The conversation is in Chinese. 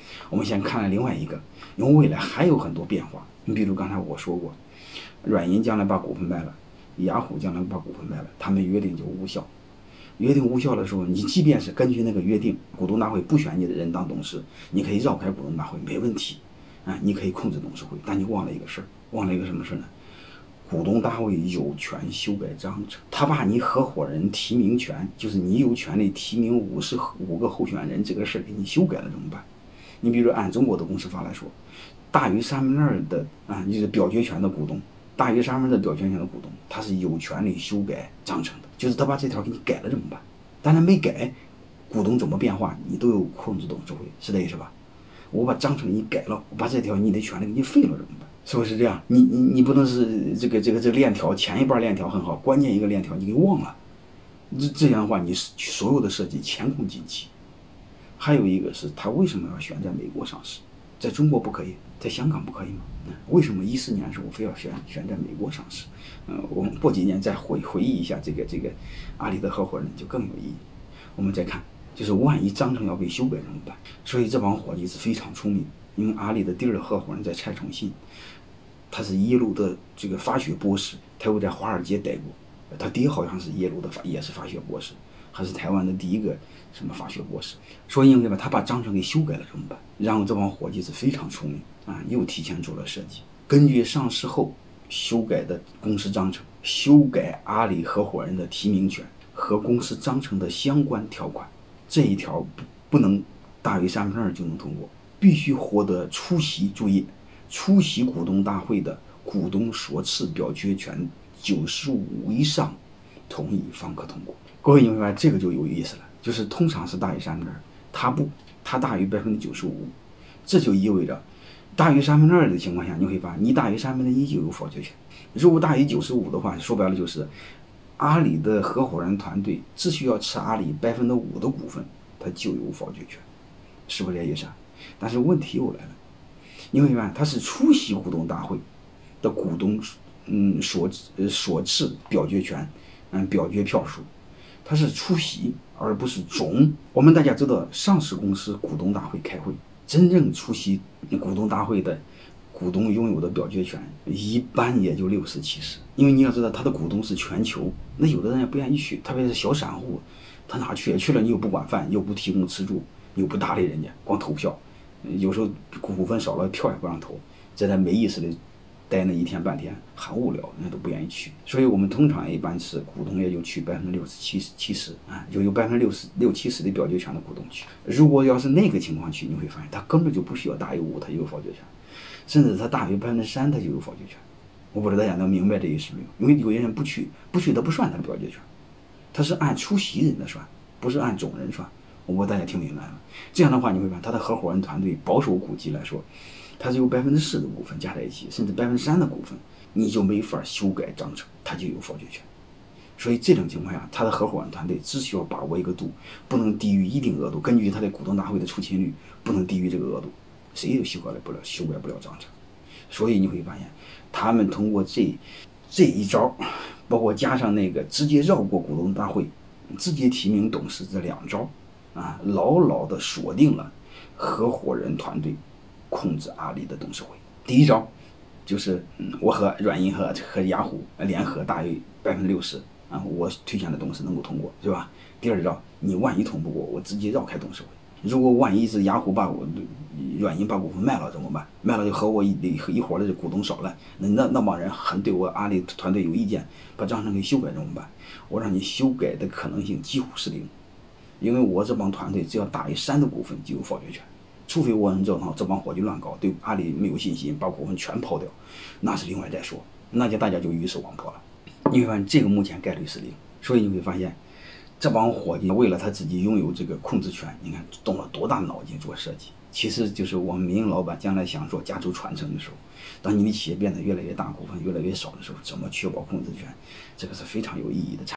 我们先看了另外一个，因为未来还有很多变化。你比如刚才我说过，软银将来把股份卖了，雅虎将来把股份卖了，他们约定就无效。约定无效的时候，你即便是根据那个约定，股东大会不选你的人当董事，你可以绕开股东大会，没问题啊，你可以控制董事会。但你忘了一个事儿，忘了一个什么事呢？股东大会有权修改章程，他把你合伙人提名权，就是你有权利提名55个候选人这个事儿给你修改了怎么办？你比如按中国的公司法来说，大于2/3的就是表决权的股东，大于2/3的表决权的股东，他是有权利修改章程的，就是他把这条给你改了怎么办？当然没改，股东怎么变化，你都有控制董事会，是这意思吧？我把章程给你改了，我把这条你的权利给你废了怎么办？是不是这样？你不能是这个链条前一半链条很好，关键一个链条你给忘了，这样的话你所有的设计前功尽弃。还有一个是他为什么要选在美国上市，在中国不可以，在香港不可以吗？为什么14年的时候我非要选在美国上市？我们过几年再回忆一下这个阿里的合伙人就更有意义。我们再看，就是万一章程要被修改怎么办？所以这帮伙计是非常聪明，因为阿里的第二合伙人在蔡崇信，他是耶鲁的这个法学博士，他又在华尔街待过，他爹好像是耶鲁的也是法学博士，还是台湾的第一个什么法学博士。所以因为他把章程给修改了怎么办？然后这帮伙计是非常聪明又提前做了设计，根据上市后修改的公司章程，修改阿里合伙人的提名权和公司章程的相关条款，这一条不能大于2/3就能通过，必须获得出席股东大会的股东所持表决权95以上同意方可通过。各位你会发现这个就有意思了，就是通常是大于2/3，它大于95%，这就意味着大于2/3的情况下，你会发现你大于1/3就有否决权。如果大于95%的话，说白了就是阿里的合伙人团队只需要持阿里5%的股份，它就有否决权，是不是这意思？但是问题又来了，你会发现它是出席股东大会的股东所持表决权表决票数，它是出席而不是总。我们大家知道上市公司股东大会开会，真正出席股东大会的股东拥有的表决权一般也就60-70%，因为你要知道他的股东是全球，那有的人也不愿意去，特别是小散户，他哪去了你又不管饭，又不提供吃住，又不搭理人家，光投票，有时候股份少了票也不让投，在那没意思的待那1天半天，很无聊，人家都不愿意去。所以我们通常一般是股东也就去60-70%就有60-70%的表决权的股东去。如果要是那个情况去，你会发现他根本就不需要大于5%他就有否决权，甚至他大于3%他就有否决权。我不知道大家能明白这意思没有？因为有些人不去他不算他的表决权，他是按出席人的算，不是按总人算。我不知道大家听明白了。这样的话你会发现他的合伙人团队保守估计来说，他是有4%的股份加在一起，甚至3%的股份，你就没法修改章程，他就有否决权。所以这种情况下，他的合伙人团队只需要把握一个度，不能低于一定额度，根据他的股东大会的出勤率，不能低于这个额度，谁也修改不了章程。所以你会发现，他们通过这一招，包括加上那个直接绕过股东大会，直接提名董事这2招牢牢地锁定了合伙人团队控制阿里的董事会。第一招就是我和软银和雅虎联合大于60%我推荐的董事能够通过，是吧？第二招，你万一通不过，我直接绕开董事会。如果万一是雅虎软银把股份卖了怎么办？卖了就和我一伙的股东少了，那帮人很对我阿里团队有意见，把章程给修改怎么办？我让你修改的可能性几乎是0，因为我这帮团队只要大于3的股份就有否决权，除非我能知道这帮伙计乱搞，对阿里没有信心，把股份全抛掉，那是另外再说，那就大家就鱼死网破了。你会发现这个目前概率是0，所以你会发现这帮伙计为了他自己拥有这个控制权，你看动了多大脑筋做设计。其实就是我们民营老板将来想做家族传承的时候，当你的企业变得越来越大，股份越来越少的时候，怎么确保控制权，这个是非常有意义的。